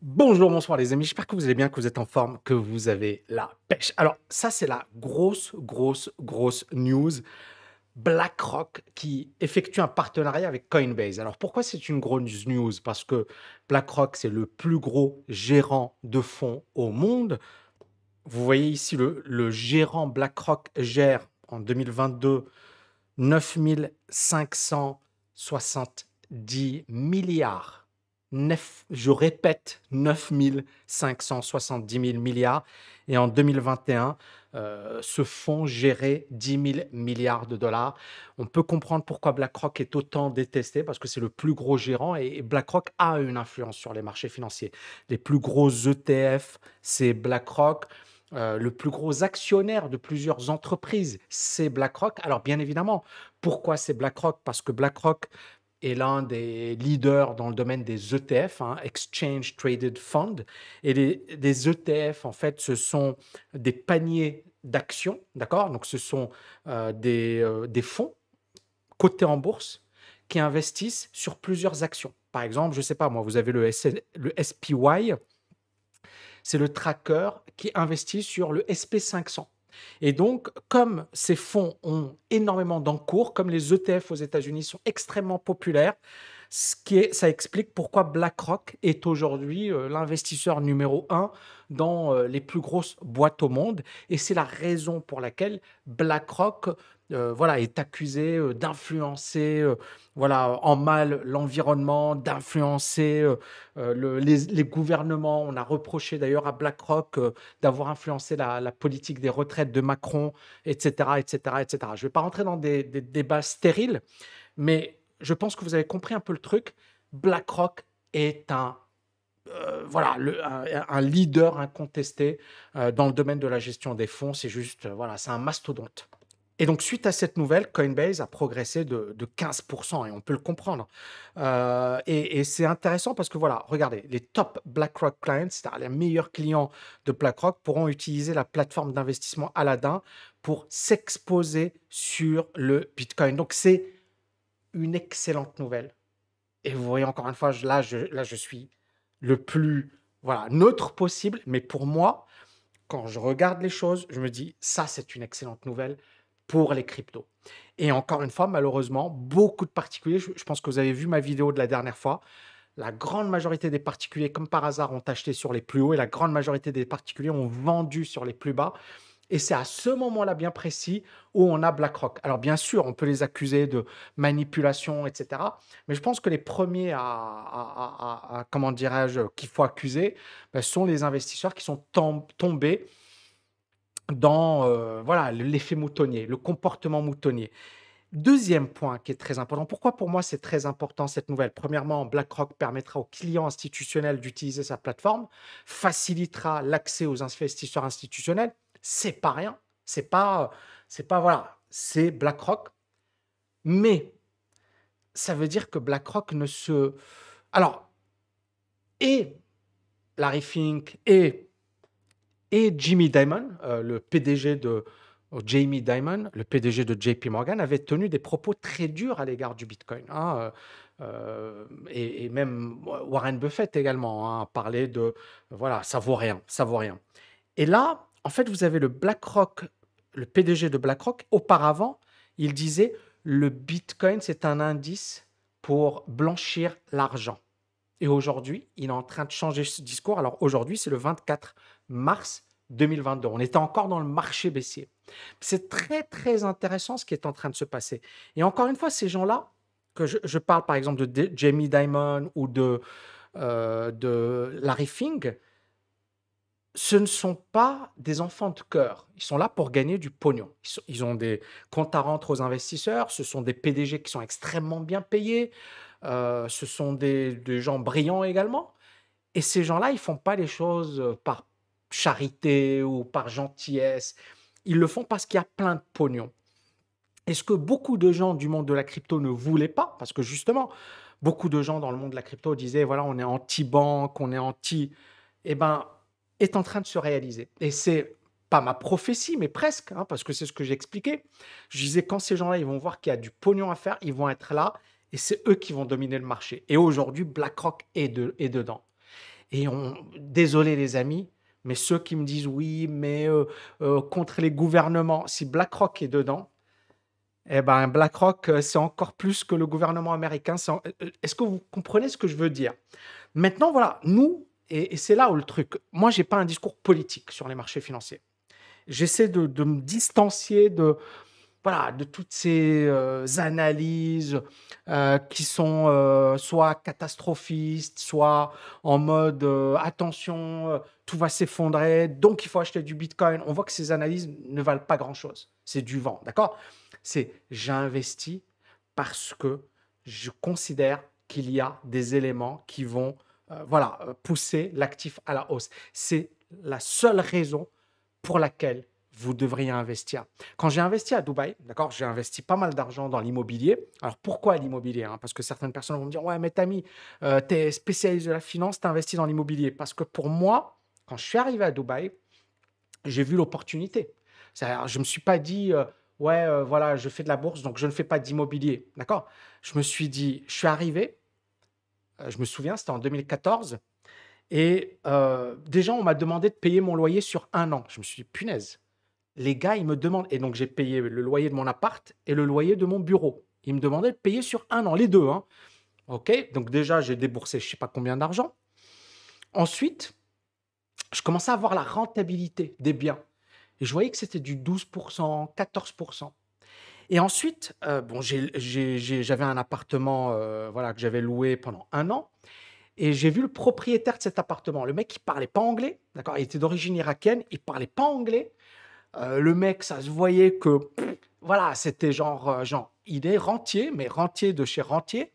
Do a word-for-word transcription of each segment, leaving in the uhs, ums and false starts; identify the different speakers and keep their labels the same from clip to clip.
Speaker 1: Bonjour, bonsoir les amis, j'espère que vous allez bien, que vous êtes en forme, que vous avez la pêche. Alors ça, c'est la grosse, grosse, grosse news. BlackRock qui effectue un partenariat avec Coinbase. Alors pourquoi c'est une grosse news? Parce que BlackRock, c'est le plus gros gérant de fonds au monde. Vous voyez ici, le, le gérant BlackRock gère en deux mille vingt-deux neuf mille cinq cent soixante-dix milliards. Neuf, je répète, neuf mille cinq cent soixante-dix mille milliards. Et en deux mille vingt et un, euh, ce fonds gérait dix mille milliards de dollars. On peut comprendre pourquoi BlackRock est autant détesté, parce que c'est le plus gros gérant et BlackRock a une influence sur les marchés financiers. Les plus gros E T F, c'est BlackRock. Euh, le plus gros actionnaire de plusieurs entreprises, c'est BlackRock. Alors bien évidemment, pourquoi c'est BlackRock? Parce que BlackRock est l'un des leaders dans le domaine des E T F, hein, Exchange Traded Fund. Et les, les E T F, en fait, ce sont des paniers d'actions, d'accord? Donc ce sont euh, des, euh, des fonds cotés en bourse qui investissent sur plusieurs actions. Par exemple, je ne sais pas, moi, vous avez le, S- le S P Y, c'est le tracker qui investit sur le S P cinq cents. Et donc, comme ces fonds ont énormément d'encours, comme les E T F aux États-Unis sont extrêmement populaires, ce qui est, ça explique pourquoi BlackRock est aujourd'hui euh, l'investisseur numéro un dans euh, les plus grosses boîtes au monde. Et c'est la raison pour laquelle BlackRock euh, voilà, est accusé euh, d'influencer euh, voilà, en mal l'environnement, d'influencer euh, euh, le- les, les gouvernements. On a reproché d'ailleurs à BlackRock euh, d'avoir influencé la, la politique des retraites de Macron, et cetera, et cetera, et cetera. Je ne vais pas rentrer dans des, des débats stériles, mais je pense que vous avez compris un peu le truc. BlackRock est un, euh, voilà, le- un, un leader incontesté euh, dans le domaine de la gestion des fonds. C'est juste, euh, voilà, c'est un mastodonte. Et donc, suite à cette nouvelle, Coinbase a progressé de, de quinze pour cent et on peut le comprendre. Euh, et et c'est intéressant parce que, voilà, regardez, les top BlackRock clients, c'est-à-dire les meilleurs clients de BlackRock, pourront utiliser la plateforme d'investissement Aladdin pour s'exposer sur le Bitcoin. Donc, c'est une excellente nouvelle. Et vous voyez, encore une fois, je- là, je, là, je suis le plus voilà, neutre possible. Mais pour moi, quand je regarde les choses, je me dis, ça, c'est une excellente nouvelle pour les cryptos. Et encore une fois, malheureusement, beaucoup de particuliers, je, je pense que vous avez vu ma vidéo de la dernière fois, la grande majorité des particuliers, comme par hasard, ont acheté sur les plus hauts et la grande majorité des particuliers ont vendu sur les plus bas. Et c'est à ce moment-là bien précis où on a BlackRock. Alors bien sûr, on peut les accuser de manipulation, et cetera. Mais je pense que les premiers à, à- à- à- comment dirais-je, qu'il faut accuser, ben, sont les investisseurs qui sont tom- tombés dans euh, voilà, l'effet moutonnier, le comportement moutonnier. Deuxième point qui est très important. Pourquoi pour moi c'est très important cette nouvelle? Premièrement, BlackRock permettra aux clients institutionnels d'utiliser sa plateforme, facilitera l'accès aux investisseurs institutionnels. C'est pas rien. C'est pas, c'est pas voilà, c'est BlackRock. Mais ça veut dire que BlackRock ne se, alors et Larry Fink et Et Jimmy Dimon, euh, le P D G de euh, Jamie Dimon, le P D G de J P Morgan, avait tenu des propos très durs à l'égard du Bitcoin, hein, euh, euh, et, et même Warren Buffett également, hein, a parlé de voilà, ça vaut rien, ça vaut rien. Et là, en fait, vous avez le BlackRock, le P D G de BlackRock. Auparavant, il disait le Bitcoin, c'est un indice pour blanchir l'argent. Et aujourd'hui, il est en train de changer ce discours. Alors aujourd'hui, c'est le vingt-quatre mars deux mille vingt-deux. On était encore dans le marché baissier. C'est très, très intéressant ce qui est en train de se passer. Et encore une fois, ces gens-là, que je, je parle par exemple de Jamie Dimon ou de, euh, de Larry Fink, ce ne sont pas des enfants de cœur. Ils sont là pour gagner du pognon. Ils, sont- ils ont des comptes à rendre aux investisseurs. Ce sont des P D G qui sont extrêmement bien payés. Euh, ce sont des, des gens brillants également. Et ces gens-là, ils font pas les choses euh, par charité ou par gentillesse. Ils le font parce qu'il y a plein de pognon. Et ce que beaucoup de gens du monde de la crypto ne voulaient pas, parce que justement, beaucoup de gens dans le monde de la crypto disaient, voilà, on est anti-banque, on est anti... Eh ben, est en train de se réaliser. Et c'est pas ma prophétie, mais presque, hein, parce que c'est ce que j'ai expliqué. Je disais, quand ces gens-là, ils vont voir qu'il y a du pognon à faire, ils vont être là, et c'est eux qui vont dominer le marché. Et aujourd'hui, BlackRock est, de, est dedans. Et on désolé les amis, mais ceux qui me disent: «Oui, mais heu heu, contre les gouvernements», si BlackRock est dedans, eh ben, BlackRock, heu, c'est encore plus que le gouvernement américain. C'est en heu heu, est-ce que vous comprenez ce que je veux dire? Maintenant, voilà, nous et et c'est là où le truc, moi, j'ai pas un discours politique sur les marchés financiers. J'essaie de de me distancier de, voilà, de toutes ces, heu, analyses, heu, qui sont, heu, soit catastrophistes, soit en mode, heu: «Attention, heu, tout va s'effondrer, donc il faut acheter du bitcoin». On voit que ces analyses ne valent pas grand-chose. C'est du vent, d'accord? C'est j'investis parce que je considère qu'il y a des éléments qui vont, heu, voilà, heu, pousser l'actif à la hausse. C'est la seule raison pour laquelle vous devriez investir. Quand j'ai investi à Dubaï, d'accord, j'ai investi pas mal d'argent dans l'immobilier. Alors pourquoi l'immobilier, hein? Parce que certaines personnes vont me dire: «Ouais, mais Tammy, heu, tu es spécialiste de la finance, tu investis dans l'immobilier». Parce que pour moi, quand je suis arrivé à Dubaï, j'ai vu l'opportunité. C'est-à-dire, je me suis pas dit, heu: «Ouais, heu, voilà, je fais de la bourse, donc je ne fais pas d'immobilier». D'accord? Je me suis dit je suis arrivé, heu, je me souviens, c'était en deux mille quatorze et heu, déjà, on m'a demandé de payer mon loyer sur un an. Je me suis dit: «Punaise». Les gars, ils me demandent et donc j'ai payé le loyer de mon appart et le loyer de mon bureau. Ils me demandaient de payer sur un an, les deux, hein. OK, donc déjà, j'ai déboursé je ne sais pas combien d'argent. Ensuite, je commençais à voir la rentabilité des biens et je voyais que c'était du douze quatorze. Et ensuite, heu, bon, j'ai j'ai j'ai j'avais un appartement, heu, voilà, que j'avais loué pendant un an et j'ai vu le propriétaire de cet appartement. Le mec, il parlait pas anglais, d'accord? Il était d'origine irakienne, il parlait pas anglais. Heu, le mec, ça se voyait que, pff, voilà, c'était genre, heu, genre, il est rentier, mais rentier de chez rentier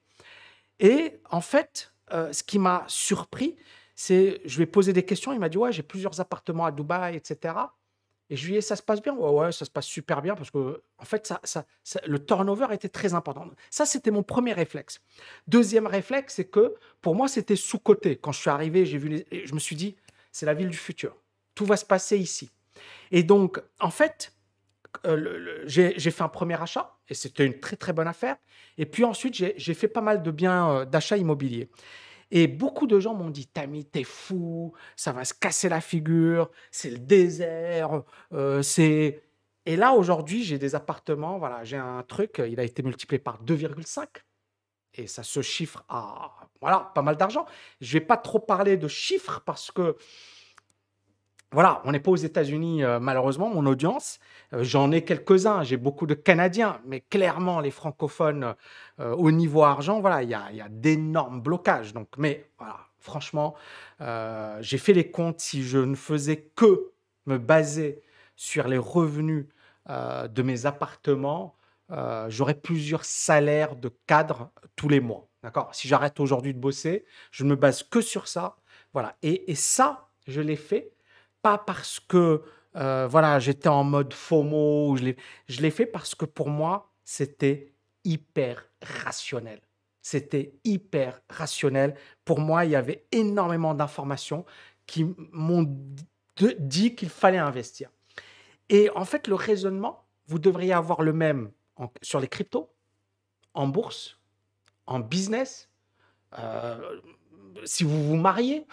Speaker 1: et en fait, heu, ce qui m'a surpris, c'est je lui ai posé des questions, il m'a dit: «Ouais, j'ai plusieurs appartements à Dubaï et cetera» et je lui ai dit: «Ça se passe bien?» «Ouais, ouais, ça se passe super bien» parce que en fait, ça ça ça le turnover était très important. Ça, c'était mon premier réflexe. Deuxième réflexe, c'est que pour moi, c'était sous-coté. Quand je suis arrivé, j'ai vu les et je me suis dit: «C'est la ville du futur. Tout va se passer ici» et donc en fait, heu, le le j'ai j'ai fait un premier achat et c'était une très, très bonne affaire et puis ensuite j'ai j'ai fait pas mal de biens, heu, d'achat immobilier et beaucoup de gens m'ont dit: «Tammy, tu fou, ça va se casser la figure, c'est le désert, heu, c'est» et là aujourd'hui, j'ai des appartements, voilà, j'ai un truc, il a été multiplié par deux virgule cinq et ça se chiffre à, voilà, pas mal d'argent. Je vais pas trop parler de chiffres parce que voilà, on n'est pas aux États-Unis, heu, malheureusement, mon audience. Heu, j'en ai quelques-uns, j'ai beaucoup de Canadiens, mais clairement les francophones, heu, au niveau argent, voilà, il y a il y a d'énormes blocages donc mais voilà, franchement, heu, j'ai fait les comptes, si je ne faisais que me baser sur les revenus, heu, de mes appartements, heu, j'aurais plusieurs salaires de cadre tous les mois, d'accord? Si j'arrête aujourd'hui de bosser, je ne me base que sur ça, voilà et et ça, je l'ai fait pas parce que, heu, voilà, j'étais en mode FOMO, ou je l'ai je l'ai fait parce que pour moi, c'était hyper rationnel. C'était hyper rationnel. Pour moi, il y avait énormément d'informations qui m m'ont d de dit qu'il fallait investir et en fait, le raisonnement, vous devriez avoir le même en sur les cryptos, en bourse, en business, heu, si vous vous mariez,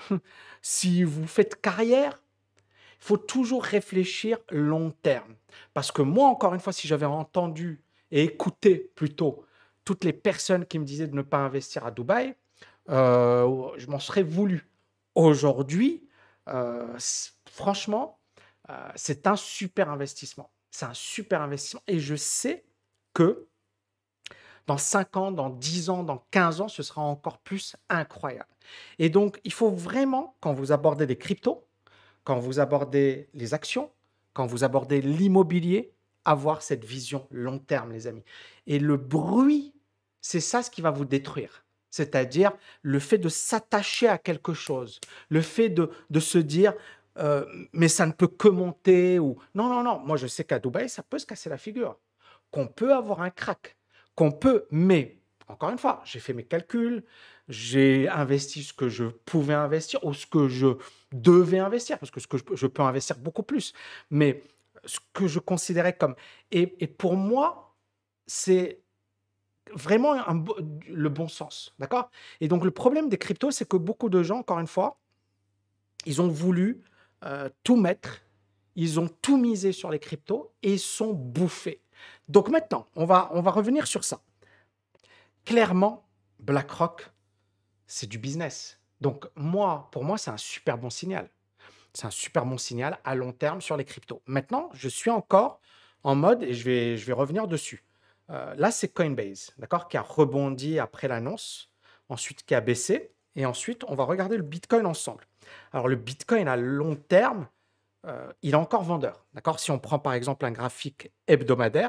Speaker 1: si vous faites carrière. Il faut toujours réfléchir long terme. Parce que moi, encore une fois, si j'avais entendu et écouté plutôt toutes les personnes qui me disaient de ne pas investir à Dubaï, heu, je m'en serais voulu. Aujourd'hui, heu, s franchement, heu, c'est un super investissement. C'est un super investissement et je sais que dans cinq ans, dans dix ans, dans quinze ans, ce sera encore plus incroyable et donc il faut vraiment, quand vous abordez des cryptos, quand vous abordez les actions, quand vous abordez l'immobilier, avoir cette vision long terme, les amis. Et le bruit, c'est ça ce qui va vous détruire. C'est-à-dire le fait de s'attacher à quelque chose, le fait de, de se dire euh, mais ça ne peut que monter ou non, non, non. Moi, je sais qu'à Dubaï, ça peut se casser la figure, qu'on peut avoir un crack, qu'on peut, mais encore une fois, j'ai fait mes calculs, j'ai investi ce que je pouvais investir ou ce que je devais investir, parce que ce que je, peux je peux investir beaucoup plus, mais ce que je considérais comme... Et, et pour moi, c'est vraiment un bo- le bon sens, d'accord? Et donc le problème des cryptos, c'est que beaucoup de gens, encore une fois, ils ont voulu euh, tout mettre, ils ont tout misé sur les cryptos et ils sont bouffés. Donc maintenant, on va, on va revenir sur ça. Clairement, BlackRock, c'est du business. Donc moi, pour moi, c'est un super bon signal. C'est un super bon signal à long terme sur les cryptos. Maintenant, je suis encore en mode, et je vais, je vais revenir dessus. Euh, là, c'est Coinbase, d'accord, qui a rebondi après l'annonce, ensuite qui a baissé, et ensuite, on va regarder le Bitcoin ensemble. Alors, le Bitcoin à long terme, euh, il est encore vendeur, d'accord. Si on prend par exemple un graphique hebdomadaire,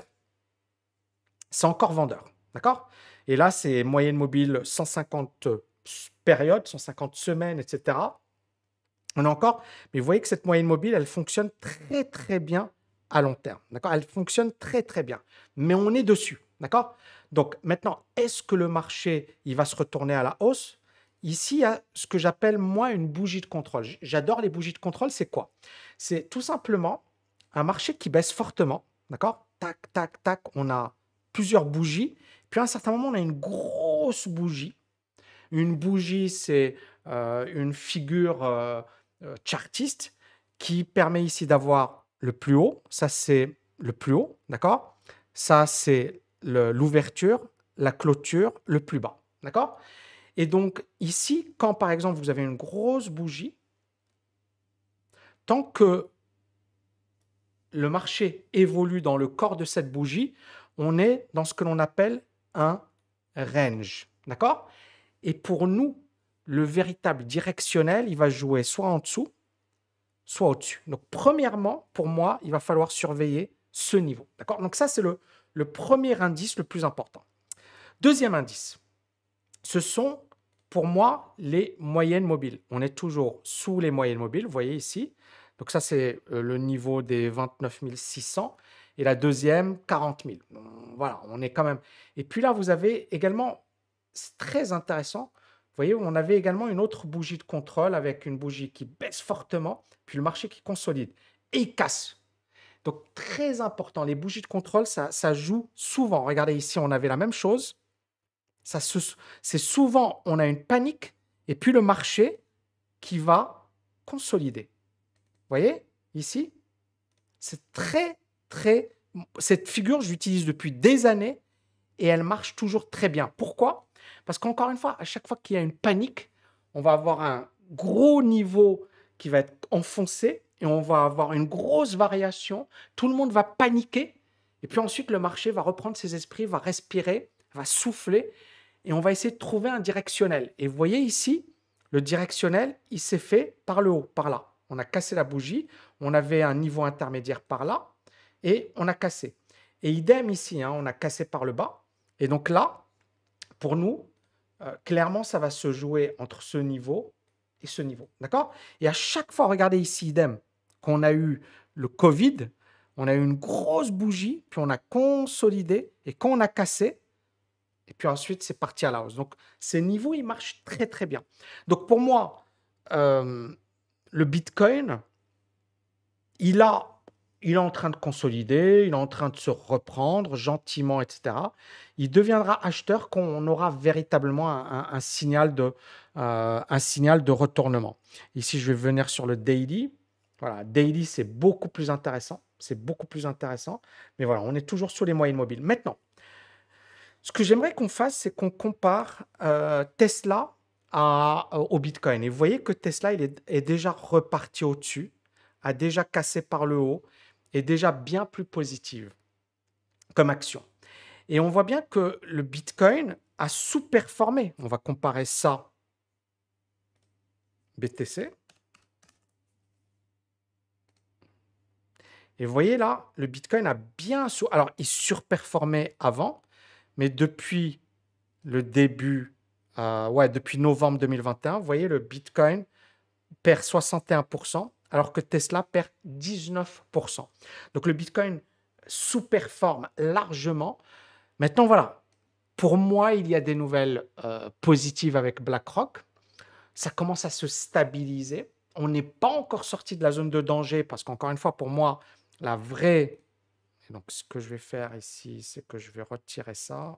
Speaker 1: c'est encore vendeur, d'accord. Et là, c'est moyenne mobile cent cinquante périodes, cent cinquante semaines, et cetera. On a encore, mais vous voyez que cette moyenne mobile, elle fonctionne très très bien à long terme, d'accord. Elle fonctionne très très bien, mais on est dessus, d'accord. Donc maintenant, est-ce que le marché, il va se retourner à la hausse? Ici, il y a ce que j'appelle moi une bougie de contrôle. J- J'adore les bougies de contrôle, c'est quoi? C'est tout simplement un marché qui baisse fortement, d'accord. Tac, tac, tac, on a plusieurs bougies, puis à un certain moment, on a une grosse bougie. Une bougie, c'est euh, une figure euh, euh, chartiste qui permet ici d'avoir le plus haut. Ça, c'est le plus haut, d'accord. Ça, c'est le- l'ouverture, la clôture, le plus bas, d'accord. Et donc, ici, quand par exemple, vous avez une grosse bougie, tant que le marché évolue dans le corps de cette bougie, on est dans ce que l'on appelle un range, d'accord. Et pour nous, le véritable directionnel, il va jouer soit en dessous, soit au-dessus. Donc, premièrement, pour moi, il va falloir surveiller ce niveau. D'accord. Donc, ça, c'est le, le premier indice le plus important. Deuxième indice, ce sont pour moi les moyennes mobiles. On est toujours sous les moyennes mobiles, vous voyez ici. Donc, ça, c'est euh, le niveau des vingt-neuf mille six cents. Et la deuxième, quarante mille. Voilà, on est quand même. Et puis là, vous avez également, c'est très intéressant. Vous voyez, on avait également une autre bougie de contrôle avec une bougie qui baisse fortement, puis le marché qui consolide. Et il casse. Donc, très important, les bougies de contrôle, ça, ça joue souvent. Regardez ici, on avait la même chose. Ça se- c'est souvent, on a une panique, et puis le marché qui va consolider. Vous voyez, ici, c'est très, très... Cette figure, je l'utilise depuis des années, et elle marche toujours très bien. Pourquoi? Parce qu'encore une fois, à chaque fois qu'il y a une panique, on va avoir un gros niveau qui va être enfoncé et on va avoir une grosse variation. Tout le monde va paniquer et puis ensuite le marché va reprendre ses esprits, va respirer, va souffler et on va essayer de trouver un directionnel. Et vous voyez ici, le directionnel, il s'est fait par le haut, par là. On a cassé la bougie, on avait un niveau intermédiaire par là et on a cassé. Et idem ici, hein, on a cassé par le bas. Et donc là, pour nous, euh, clairement, ça va se jouer entre ce niveau et ce niveau. D'accord. Et à chaque fois, regardez ici, idem, qu'on a eu le Covid, on a eu une grosse bougie, puis on a consolidé, et quand on a cassé, et puis ensuite, c'est parti à la hausse. Donc, ces niveaux, ils marchent très, très bien. Donc, pour moi, euh, le Bitcoin, il a, il est en train de consolider, il est en train de se reprendre gentiment, et cetera. Il deviendra acheteur quand on aura véritablement un, un- un signal de, euh, un signal de retournement. Ici, je vais venir sur le daily. Voilà, daily, c'est beaucoup plus intéressant. C'est beaucoup plus intéressant. Mais voilà, on est toujours sur les moyennes mobiles. Maintenant, ce que j'aimerais qu'on fasse, c'est qu'on compare euh, Tesla à- au Bitcoin. Et vous voyez que Tesla, il est, est déjà reparti au-dessus, a déjà cassé par le haut, est déjà bien plus positive comme action. Et on voit bien que le Bitcoin a sous-performé. On va comparer ça B T C. Et vous voyez là, le Bitcoin a bien... Sous... Alors, il surperformait avant, mais depuis le début, euh, ouais, depuis novembre deux mille vingt et un, vous voyez, le Bitcoin perd soixante et un pour cent, alors que Tesla perd dix-neuf pour cent. Donc le Bitcoin sous-performe largement. Maintenant, voilà, pour moi, il y a des nouvelles euh, positives avec BlackRock. Ça commence à se stabiliser. On n'est pas encore sorti de la zone de danger parce qu'encore une fois, pour moi, la vraie... Et donc, ce que je vais faire ici, c'est que je vais retirer ça.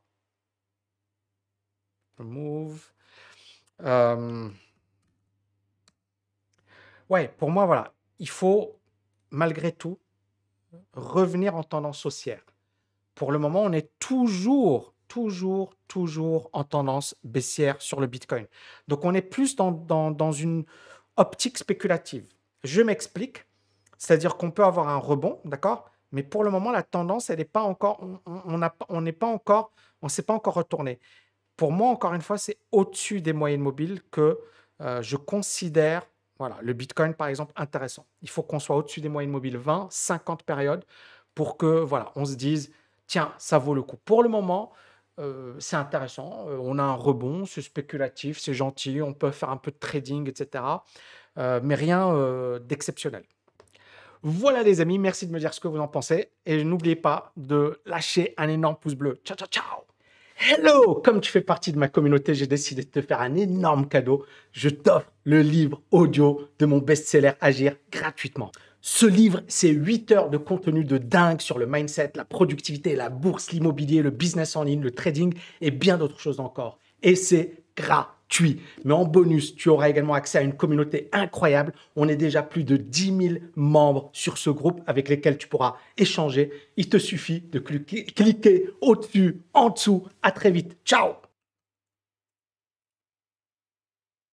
Speaker 1: Remove. Euh, Ouais, pour moi, voilà, il faut malgré tout revenir en tendance haussière. Pour le moment, on est toujours, toujours, toujours en tendance baissière sur le Bitcoin. Donc, on est plus dans, dans, dans une optique spéculative. Je m'explique. C'est-à-dire qu'on peut avoir un rebond, d'accord? Mais pour le moment, la tendance, elle n'est pas encore, on on on n'a pas on n'est pas encore, on ne s'est pas encore retourné. Pour moi, encore une fois, c'est au-dessus des moyennes mobiles que euh, je considère, voilà, le Bitcoin, par exemple, intéressant. Il faut qu'on soit au-dessus des moyennes mobiles vingt, cinquante périodes pour que, voilà, on se dise, tiens, ça vaut le coup. Pour le moment, euh, c'est intéressant. Euh, on a un rebond, c'est spéculatif, c'est gentil, on peut faire un peu de trading, et cetera. Euh, mais rien euh, d'exceptionnel. Voilà les amis, merci de me dire ce que vous en pensez et n'oubliez pas de lâcher un énorme pouce bleu. Ciao, ciao, ciao! Hello! Comme tu fais partie de ma communauté, j'ai décidé de te faire un énorme cadeau. Je t'offre le livre audio de mon best-seller Agir gratuitement. Ce livre, c'est huit heures de contenu de dingue sur le mindset, la productivité, la bourse, l'immobilier, le business en ligne, le trading et bien d'autres choses encore. Et c'est gratuit. Mais en bonus, tu auras également accès à une communauté incroyable. On est déjà plus de dix mille membres sur ce groupe avec lesquels tu pourras échanger. Il te suffit de cliquer, cliquer au-dessus, en dessous. À très vite. Ciao!